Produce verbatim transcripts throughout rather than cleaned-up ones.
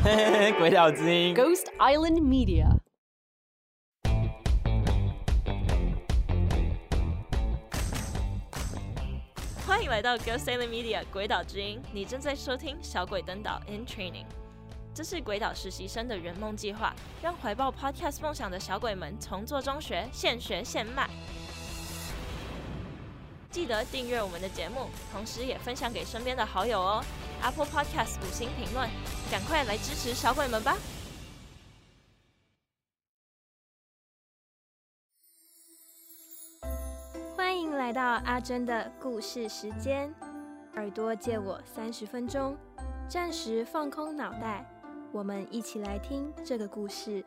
鬼岛之音 Ghost Island Media。 欢迎来到 Ghost Island Media 鬼岛之音，你正在收听小鬼登岛 in Training。这是鬼岛实习生的圆梦计划，让怀抱 Podcast 梦想的小鬼们从做中学，现学现卖。记得订阅我们的节目，同时也分享给身边的好友哦。Apple Podcast 五星评论，赶快来支持小鬼们吧！ 欢迎来到阿珍的故事时间，耳朵借我三十分钟，暂时放空脑袋，我们一起来听这个故事。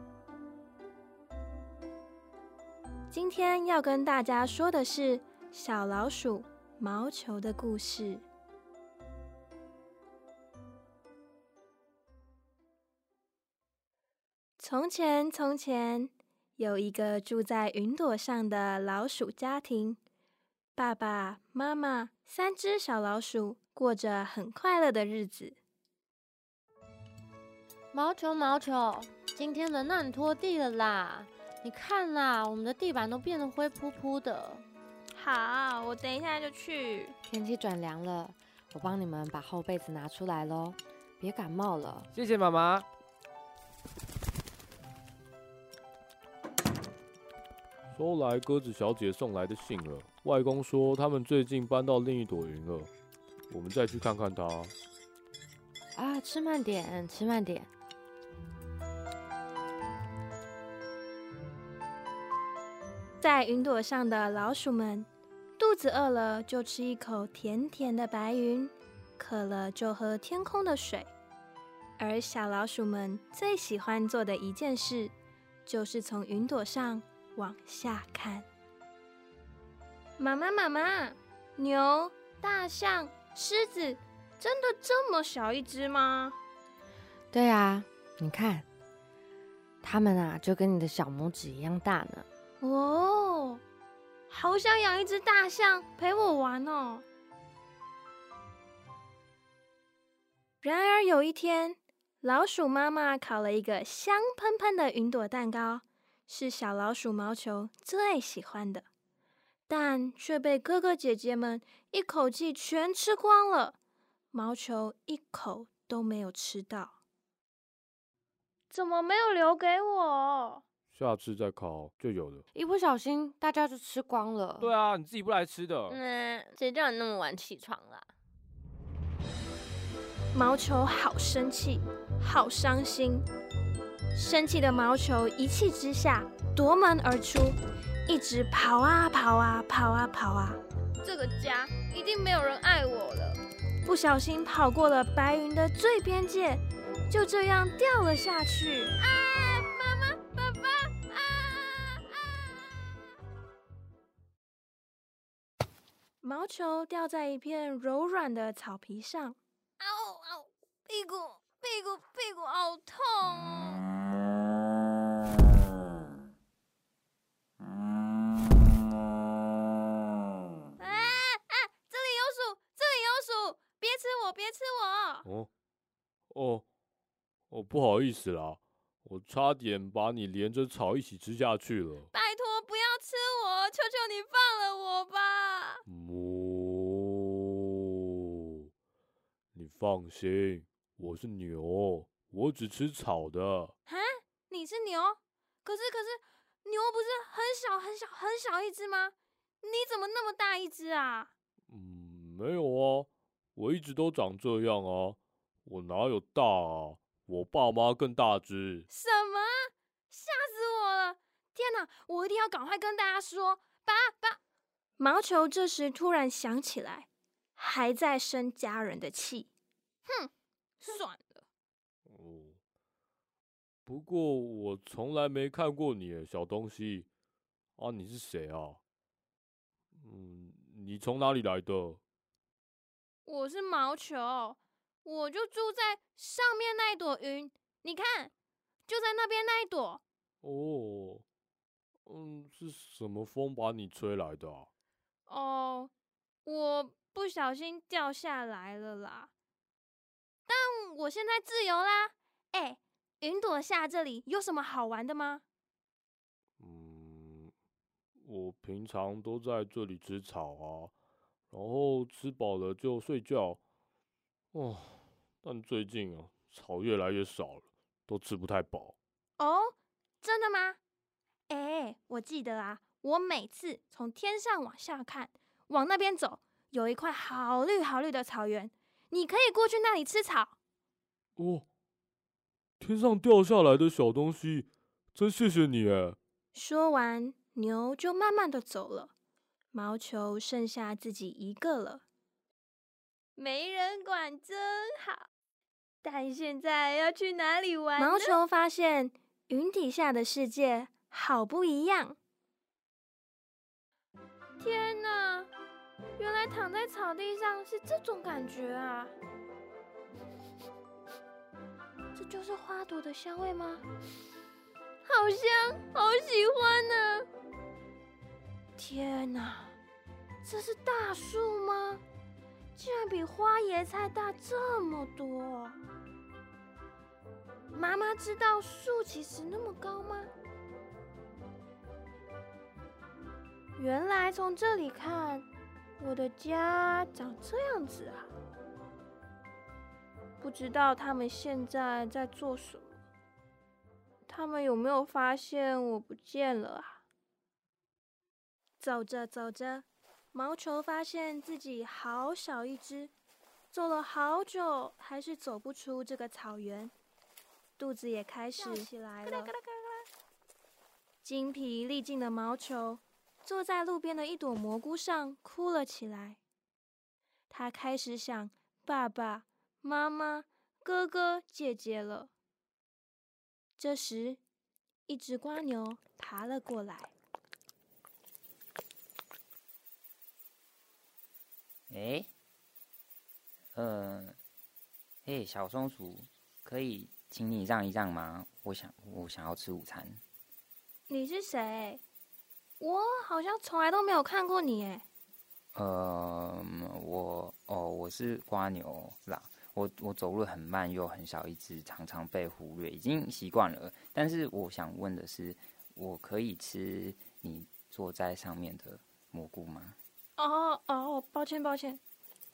今天要跟大家说的是小老鼠毛球的故事。从前，从前，有一个住在云朵上的老鼠家庭，爸爸妈妈三只小老鼠过着很快乐的日子。 毛球，毛球，今天轮到你拖地了啦！你看啦，我们的地板都变得灰扑扑的。 好，我等一下就去。 天气转凉了，我帮你们把厚被子拿出来咯，别感冒了。 谢谢妈妈。 收来鸽子小姐送来的信了。外公说他们最近搬到另一朵云了，我们再去看看它。 啊，吃慢点，吃慢点。 在云朵上的老鼠们，肚子饿了就吃一口甜甜的白云，渴了就喝天空的水。而小老鼠们最喜欢做的一件事，就是从云朵上往下看。妈妈，妈妈，牛、大象、狮子，真的这么小一只吗？ 对啊，你看，它们啊，就跟你的小拇指一样大呢。 哦，好想养一只大象陪我玩哦。然而有一天，老鼠妈妈烤了一个香喷喷的云朵蛋糕，是小老鼠毛球最喜欢的，但却被哥哥姐姐们一口气全吃光了，毛球一口都没有吃到。怎么没有留给我？ 下次再烤就有了。 一不小心，大家就吃光了。 对啊，你自己不来吃的。 嗯，谁叫你那么晚起床啦？ 毛球好生气，好伤心。生气的毛球一气之下夺门而出，一直跑啊跑啊跑啊跑啊。这个家一定没有人爱我了。不小心跑过了白云的最边界，就这样掉了下去。啊，妈妈，爸爸，啊啊！毛球掉在一片柔软的草皮上。嗷嗷，屁股屁股屁股好痛哦！啊啊！这里有鼠，这里有鼠，别吃我，别吃我！ 哦哦哦，不好意思啦，我差点把你连着草一起吃下去了。 拜托，不要吃我，求求你放了我吧！ 哦，你放心，我是牛，我只吃草的。 哈，你是牛？可是可是，牛不是很小很小很小一只吗？你怎么那么大一只啊？ 嗯，没有啊，我一直都长这样啊，我哪有大啊？我爸妈更大只。 什么？吓死我了！天哪，我一定要赶快跟大家说！爸爸，毛球这时突然想起来，还在生家人的气。哼，算了。 哦，不过我从来没看过你，小东西啊，你是谁啊？嗯，你从哪里来的？ 我是毛球，我就住在上面那一朵云，你看，就在那边那一朵。 哦，嗯，是什么风把你吹来的啊？ 哦，我不小心掉下来了啦。但我现在自由啦， 哎，云朵下这里有什么好玩的吗？ 嗯，我平常都在这里吃草啊，然后吃饱了就睡觉。哦，但最近啊，草越来越少了，都吃不太饱。 哦，真的吗？哎，我记得啊，我每次从天上往下看，往那边走，有一块好绿好绿的草原，你可以过去那里吃草。 哦，天上掉下来的小东西，真谢谢你哎。 说完，牛就慢慢的走了，毛球剩下自己一个了。没人管真好，但现在要去哪里玩呢？毛球发现云底下的世界好不一样。天哪，原来躺在草地上是这种感觉啊！这就是花朵的香味吗？好香，好喜欢呢！天哪，这是大树吗？竟然比花椰菜大这么多！妈妈知道树其实那么高吗？原来从这里看，我的家长这样子啊！不知道他们现在在做什么？他们有没有发现我不见了啊？走着走着，毛球发现自己好小一只，走了好久，还是走不出这个草原，肚子也开始起来了。精疲力尽的毛球坐在路边的一朵蘑菇上哭了起来。他开始想爸爸、妈妈、哥哥、姐姐了。这时，一只蝸牛爬了过来。 哎，呃，嘿，小松鼠，可以请你让一让吗？我想，我想要吃午餐。 你是谁？我好像从来都没有看过你哎。 呃，我哦，我是蝸牛啦。我我走路很慢，又很小一只，常常被忽略，已经习惯了。但是我想问的是，我可以吃你坐在上面的蘑菇吗？ 哦哦，抱歉抱歉。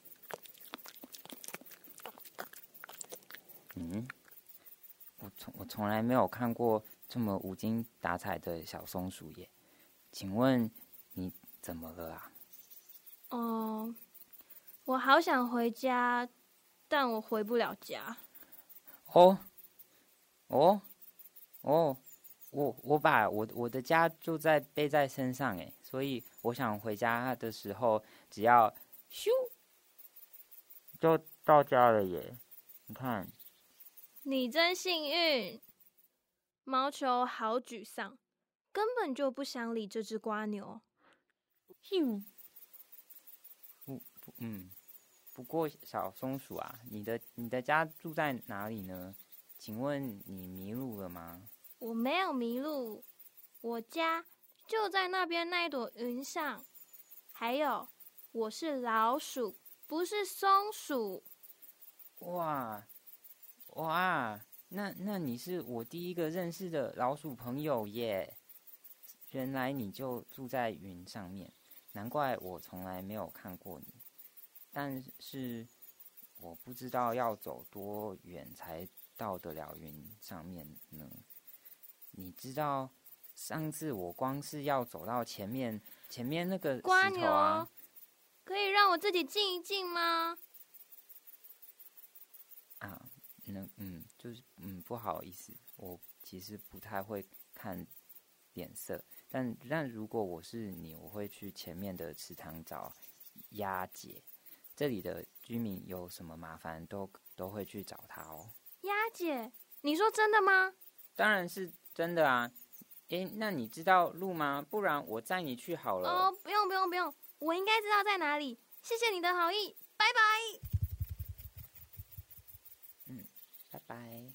嗯，我从我从来没有看过这么无精打采的小松鼠耶。请问你怎么了啊？ 哦，我好想回家，但我回不了家。 哦，哦，哦，我我把我我的家就在背在身上哎，所以我想回家的时候，只要咻就到家了耶。你看， 你真幸运。毛球好沮丧，根本就不想理这只蝸牛。 咻，不不嗯。不过，小松鼠啊，你的你的家住在哪里呢？请问你迷路了吗？ 我没有迷路，我家就在那边那一朵云上。还有，我是老鼠，不是松鼠。 哇哇，那那你是我第一个认识的老鼠朋友耶！原来你就住在云上面，难怪我从来没有看过你。但是我不知道要走多远才到得了云上面呢。你知道上次我光是要走到前面前面那个石头啊， 蝸牛，可以让我自己静一静吗？ 啊，那嗯，就是嗯，不好意思，我其实不太会看脸色，但但如果我是你，我会去前面的池塘找鸭姐。这里的居民有什么麻烦都都会去找他哦。 鸭姐，你说真的吗？ 当然是真的啊。诶，那你知道路吗？不然我载你去好了。 哦，不用不用不用，我应该知道在哪里。谢谢你的好意，拜拜。 嗯，拜拜。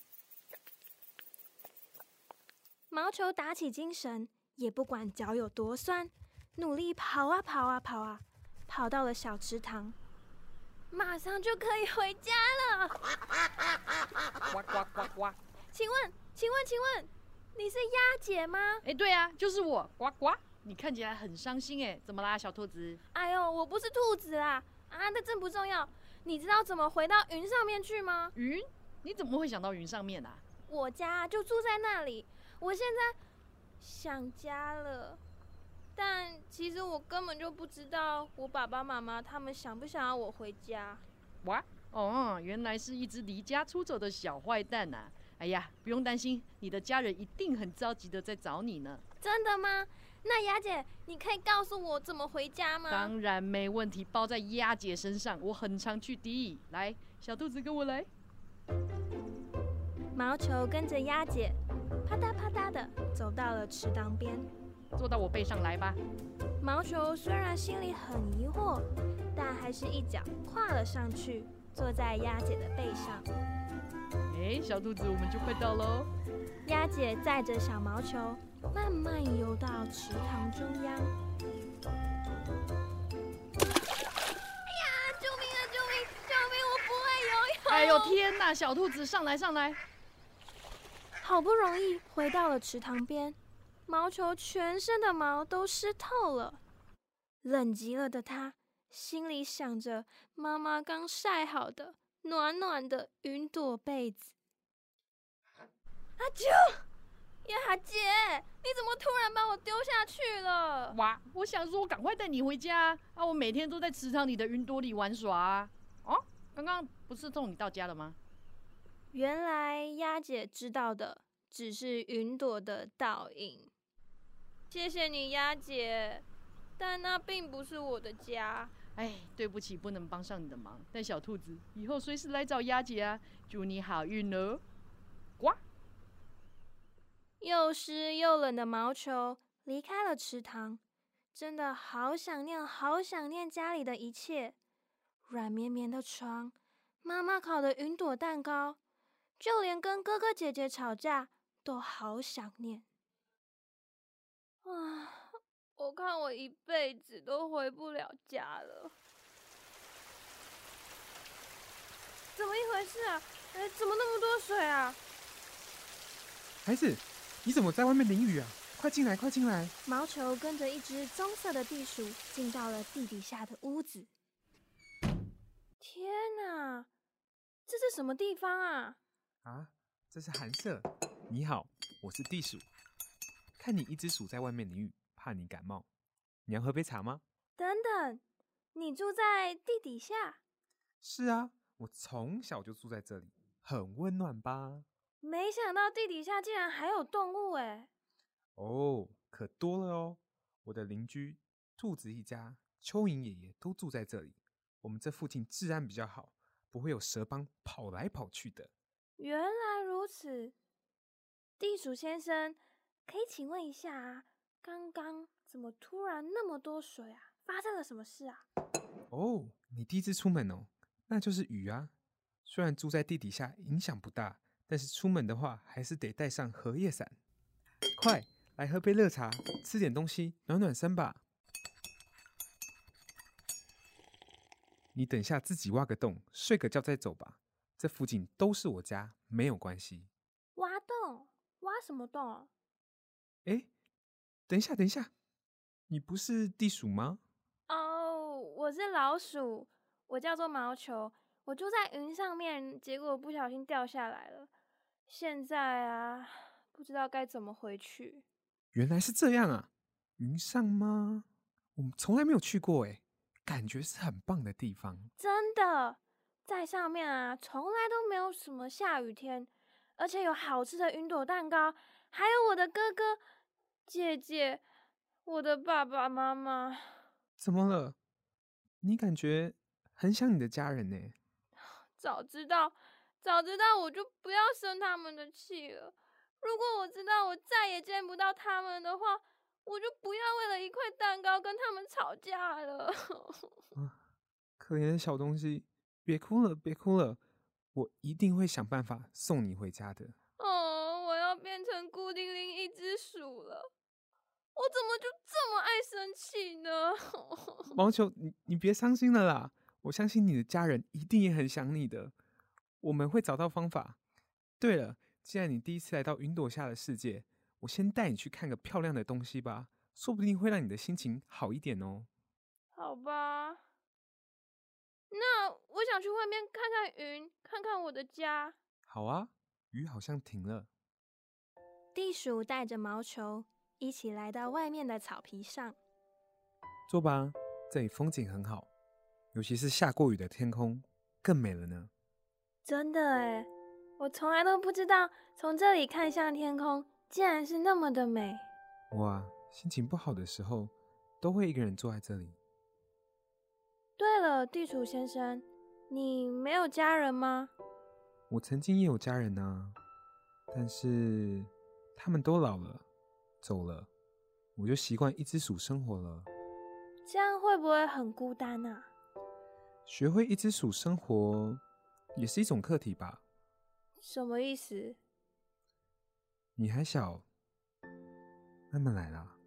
毛球打起精神，也不管脚有多酸，努力跑啊跑啊跑啊，跑到了小池塘。马上就可以回家了！ 呱呱呱呱！ 请问，请问，请问，你是鸭姐吗？ 哎，对啊，就是我，呱呱。你看起来很伤心哎，怎么啦，小兔子？ 哎呦，我不是兔子啦！啊，那真不重要。你知道怎么回到云上面去吗？ 云？你怎么会想到云上面啊？ 我家就住在那里。我现在想家了，但其实我根本就不知道我爸爸妈妈他们想不想要我回家。 哇，哦，原来是一只离家出走的小坏蛋啊！哎呀，不用担心，你的家人一定很着急的在找你呢。 真的吗？那鸭姐，你可以告诉我怎么回家吗？ 当然没问题，包在鸭姐身上。我很常去的。来，小兔子跟我来。 毛球跟着鸭姐，啪嗒啪嗒的走到了池塘边， 坐到我背上来吧。 毛球虽然心里很疑惑，但还是一脚跨了上去，坐在鸭姐的背上。 哎，小兔子，我们就快到喽。 鸭姐载着小毛球慢慢游到池塘中央。哎呀！救命啊！救命！救命！我不会游泳。 哎呦天哪！小兔子，上来上来！ 好不容易回到了池塘边，毛球全身的毛都湿透了，冷极了的它心里想着妈妈刚晒好的暖暖的云朵被子。阿啾！鸭姐，你怎么突然把我丢下去了？ 哇，我想说，我赶快带你回家啊！我每天都在池塘里的云朵里玩耍啊。哦，刚刚不是送你到家了吗？ 原来鸭姐知道的只是云朵的倒影。谢谢你，鸭姐，但那并不是我的家。 哎，对不起，不能帮上你的忙。但小兔子，以后随时来找鸭姐啊！祝你好运哦！呱。 又湿又冷的毛球离开了池塘，真的好想念，好想念家里的一切。软绵绵的床，妈妈烤的云朵蛋糕，就连跟哥哥姐姐吵架都好想念。啊，我看我一辈子都回不了家了。怎么一回事啊？哎，怎么那么多水啊？ 孩子，你怎么在外面淋雨啊？快进来，快进来！ 毛球跟着一只棕色的地鼠进到了地底下的屋子。天哪，这是什么地方啊？ 啊，这是寒舍。你好，我是地鼠。看你一只鼠在外面淋雨，怕你感冒。你要喝杯茶吗？ 等等，你住在地底下？ 是啊，我从小就住在这里，很温暖吧？ 没想到地底下竟然还有动物哎！ 哦，可多了哦。我的邻居兔子一家、蚯蚓爷爷都住在这里。我们这附近治安比较好，不会有蛇帮跑来跑去的。 原来如此，地鼠先生，可以请问一下啊，刚刚怎么突然那么多水啊？发生了什么事啊？ 哦，你第一次出门哦，那就是雨啊。虽然住在地底下影响不大，但是出门的话还是得带上荷叶伞。快来喝杯热茶，吃点东西暖暖身吧。你等下自己挖个洞，睡个觉再走吧。这附近都是我家，没有关系。 挖洞？挖什么洞？ 哎，等一下，等一下，你不是地鼠吗？ 哦，我是老鼠，我叫做毛球，我住在云上面，结果不小心掉下来了。现在啊，不知道该怎么回去。 原来是这样啊！云上吗？我们从来没有去过哎。感觉是很棒的地方， 真的，在上面啊，从来都没有什么下雨天，而且有好吃的云朵蛋糕，还有我的哥哥、姐姐，我的爸爸妈妈。 怎么了？你感觉很想你的家人呢？ 早知道，早知道我就不要生他们的气了。如果我知道我再也见不到他们的话，我就不要为了一块蛋糕跟他们吵架了。 啊，可怜的小东西，别哭了，别哭了，我一定会想办法送你回家的。 哦，我要变成孤零零一只鼠了，我怎么就这么爱生气呢？ 毛球，你你别伤心了啦，我相信你的家人一定也很想你的，我们会找到方法。对了， 既然你第一次来到云朵下的世界，我先带你去看个漂亮的东西吧，说不定会让你的心情好一点哦。 好吧，那我想去外面看看云，看看我的家。 好啊，雨好像停了。 地鼠带着毛球一起来到外面的草皮上。 坐吧，这里风景很好，尤其是下过雨的天空更美了呢。 真的耶，我从来都不知道从这里看向天空竟然是那么的美。 哇，心情不好的时候都会一个人坐在这里。 对了，地鼠先生，你没有家人吗？ 我曾经也有家人啊，但是他们都老了，走了，我就习惯一只鼠生活了。 这样会不会很孤单啊？ 学会一只鼠生活也是一种课题吧？ 什么意思？ 你还小，慢慢来啦。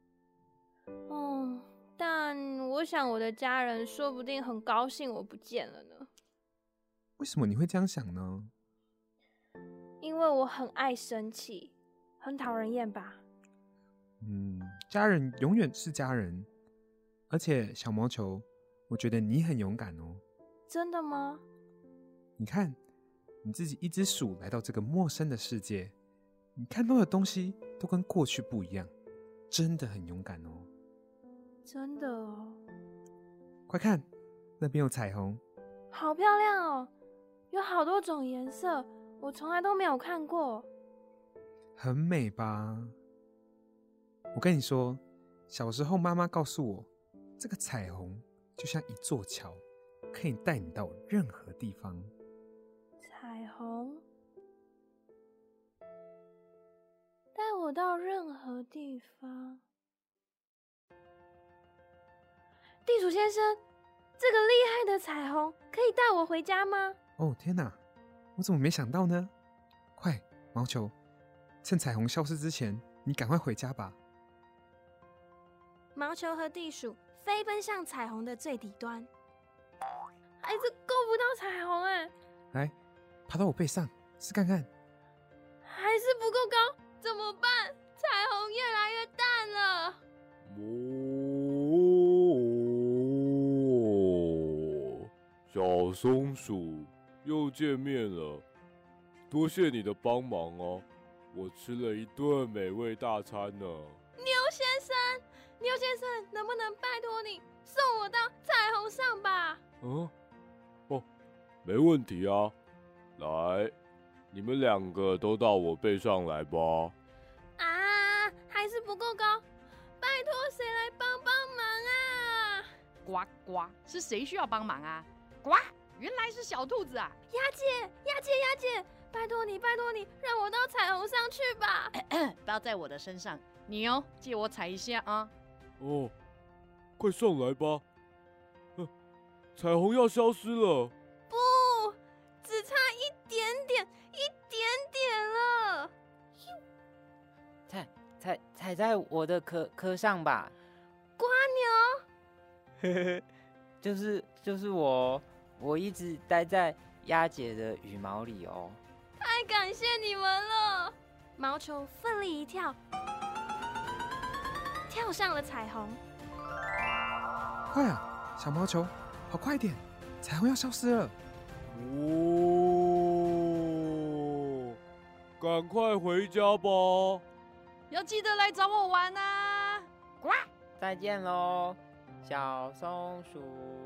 哦，但我想我的家人说不定很高兴我不见了呢。 为什么你会这样想呢？ 因为我很爱生气，很讨人厌吧。 嗯，家人永远是家人，而且小毛球，我觉得你很勇敢哦。 真的吗？ 你看，你自己一只鼠来到这个陌生的世界，你看到的东西都跟过去不一样，真的很勇敢哦。 真的哦。 快看，那边有彩虹， 好漂亮哦，有好多种颜色，我从来都没有看过。 很美吧？我跟你说，小时候妈妈告诉我，这个彩虹就像一座桥，可以带你到任何地方。 彩虹带我到任何地方。地鼠先生，这个厉害的彩虹可以带我回家吗？ 哦，天哪，我怎么没想到呢？快，毛球，趁彩虹消失之前，你赶快回家吧。 毛球和地鼠飞奔向彩虹的最底端，还是够不到彩虹哎！ 来，爬到我背上，试看看。 还是不够高，怎么办？彩虹越来越淡了。 哦，小松鼠又见面了，多谢你的帮忙哦，我吃了一顿美味大餐呢。 牛先生，牛先生，能不能拜托你送我到彩虹上吧？ 嗯，哦，没问题啊，来，你们两个都到我背上来吧。 啊，还是不够高，拜托谁来帮帮忙啊？ 呱呱，是谁需要帮忙啊？呱，原来是小兔子啊！ 鸭姐，鸭姐，鸭姐，拜托你，拜托你，让我到彩虹上去吧。 包在我的身上，你哦，借我踩一下啊。 哦，快上来吧！呃，彩虹要消失了。 不，只差一点点，一点点了。 踩踩踩在我的壳壳上吧。 瓜牛， 呵呵，就是就是我，我一直待在鸭姐的羽毛里哦。 太感谢你们了！毛球奋力一跳，跳上了彩虹。 快啊，小毛球，跑快点，彩虹要消失了。 哦，赶快回家吧！ 要记得来找我玩啊！呱， 再见喽，小松鼠。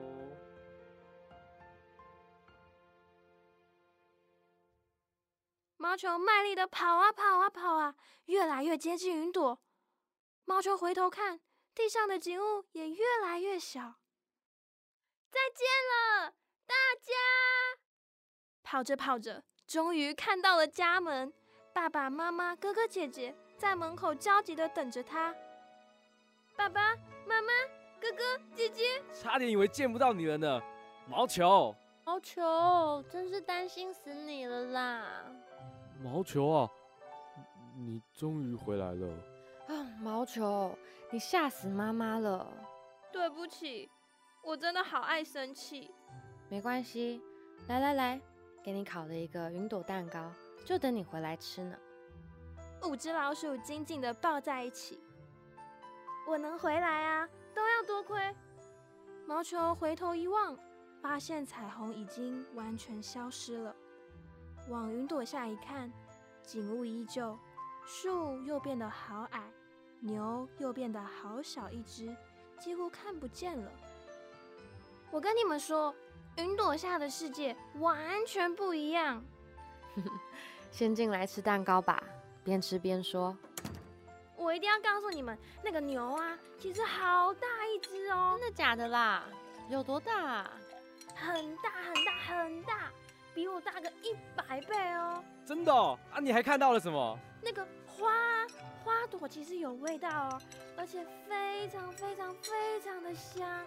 毛球卖力的跑啊跑啊跑啊，越来越接近云朵。毛球回头看，地上的景物也越来越小。再见了，大家！跑着跑着，终于看到了家门。爸爸妈妈、哥哥姐姐在门口焦急的等着他。爸爸妈妈、哥哥姐姐， 差点以为见不到你了呢。毛球， 毛球，真是担心死你了啦！ 毛球啊，你终于回来了。 啊，毛球，你吓死妈妈了。 对不起，我真的好爱生气。 没关系，来来来， 给你烤了一个云朵蛋糕，就等你回来吃呢。 五只老鼠紧紧地抱在一起。我能回来啊，都要多亏。毛球回头一望，发现彩虹已经完全消失了。往云朵下一看，景物依旧，树又变得好矮，牛又变得好小一只，几乎看不见了。我跟你们说，云朵下的世界完全不一样。 先进来吃蛋糕吧，边吃边说。 我一定要告诉你们，那个牛啊，其实好大一只哦。 真的假的啦？有多大啊？ 很大很大很大，比我大个一百倍哦。 真的哦？啊，你还看到了什么？ 那个花花朵其实有味道哦，而且非常非常非常的香。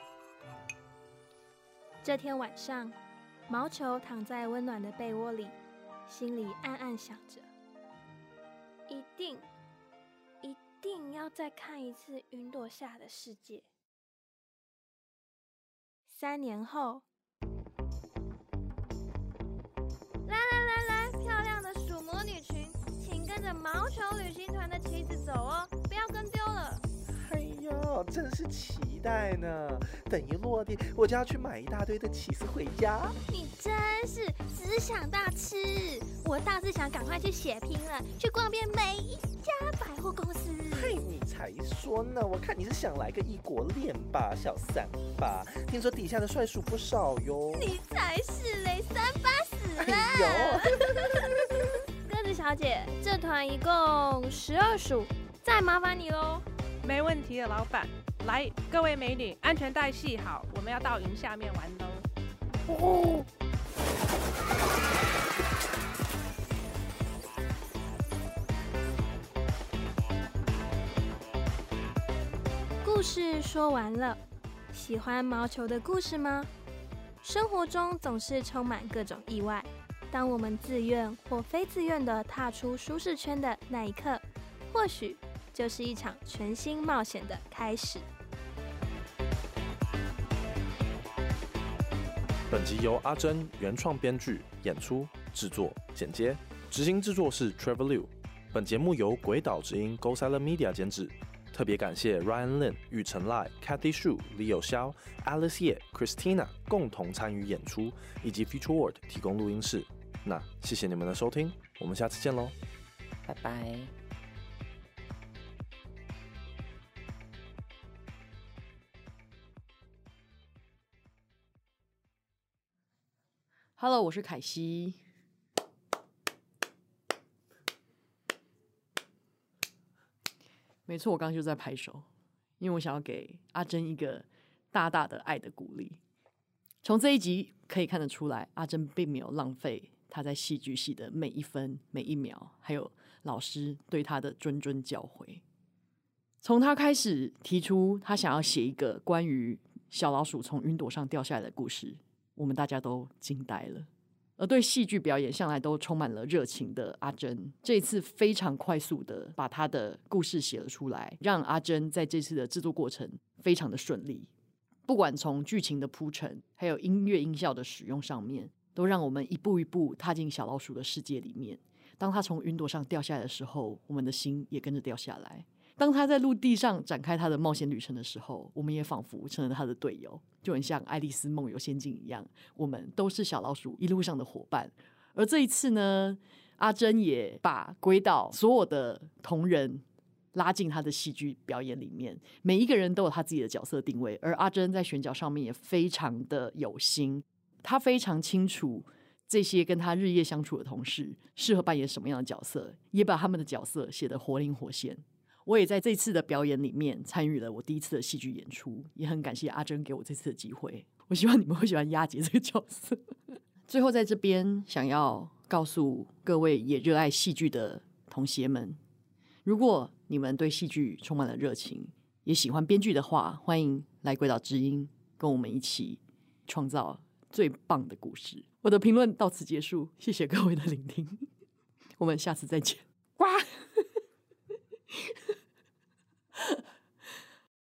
这天晚上，毛球躺在温暖的被窝里，心里暗暗想着，一定一定要再看一次云朵下的世界。三年后，来来来来，漂亮的鼠魔女群，请跟着毛球旅行团的旗子走哦，不要跟丢了。 哎呦，真是期待呢！等一落地，我就要去买一大堆的起司回家。 你真是只想大吃，我倒是想赶快去血拼了，去逛遍每一家百货公司。 嘿，你才说呢！我看你是想来个异国恋吧，小三八。听说底下的帅鼠不少哟。 你才是嘞，三八死了！ 哎呦，鸽子小姐，这团一共十二鼠，再麻烦你喽。 没问题的，老板。来，各位美女，安全带系好，我们要到云下面玩喽。哦。 故事说完了，喜欢毛球的故事吗？生活中总是充满各种意外，当我们自愿或非自愿地踏出舒适圈的那一刻，或许就是一场全新冒险的开始。 本集由阿珍原创编剧、演出、制作、剪接，执行制作是 Trevor Liu。本节目由鬼岛之音 Go Silent Media 监制。特别感谢 Ryan Lin、玉成赖、Cathy Shu、李有肖、Alice Ye、Christina 共同参与演出，以及 Future World 提供录音室。那谢谢你们的收听，我们下次见喽， 拜拜。 Hello， 我是凯西。没错，我刚刚就在拍手，因为我想要给阿珍一个大大的爱的鼓励。从这一集可以看得出来，阿珍并没有浪费她在戏剧系的每一分每一秒，还有老师对她的谆谆教诲。从她开始提出她想要写一个关于小老鼠从云朵上掉下来的故事，我们大家都惊呆了。而对戏剧表演向来都充满了热情的阿珍，这一次非常快速的把她的故事写了出来，让阿珍在这次的制作过程非常的顺利。不管从剧情的铺陈，还有音乐音效的使用上面，都让我们一步一步踏进小老鼠的世界里面。当他从云朵上掉下来的时候，我们的心也跟着掉下来。当他在陆地上展开他的冒险旅程的时候，我们也仿佛成了他的队友，就很像爱丽丝梦游仙境一样，我们都是小老鼠一路上的伙伴。而这一次呢，阿珍也把鬼岛所有的同仁拉进他的戏剧表演里面，每一个人都有他自己的角色定位，而阿珍在选角上面也非常的有心，他非常清楚这些跟他日夜相处的同事适合扮演什么样的角色，也把他们的角色写得活灵活现。我也在这次的表演里面参与了我第一次的戏剧演出，也很感谢阿珍给我这次的机会。我希望你们会喜欢鸭姐这个角色。最后在这边想要告诉各位也热爱戏剧的同学们，如果你们对戏剧充满了热情，也喜欢编剧的话，欢迎来鬼岛之音跟我们一起创造最棒的故事。我的评论到此结束，谢谢各位的聆听，我们下次再见。哇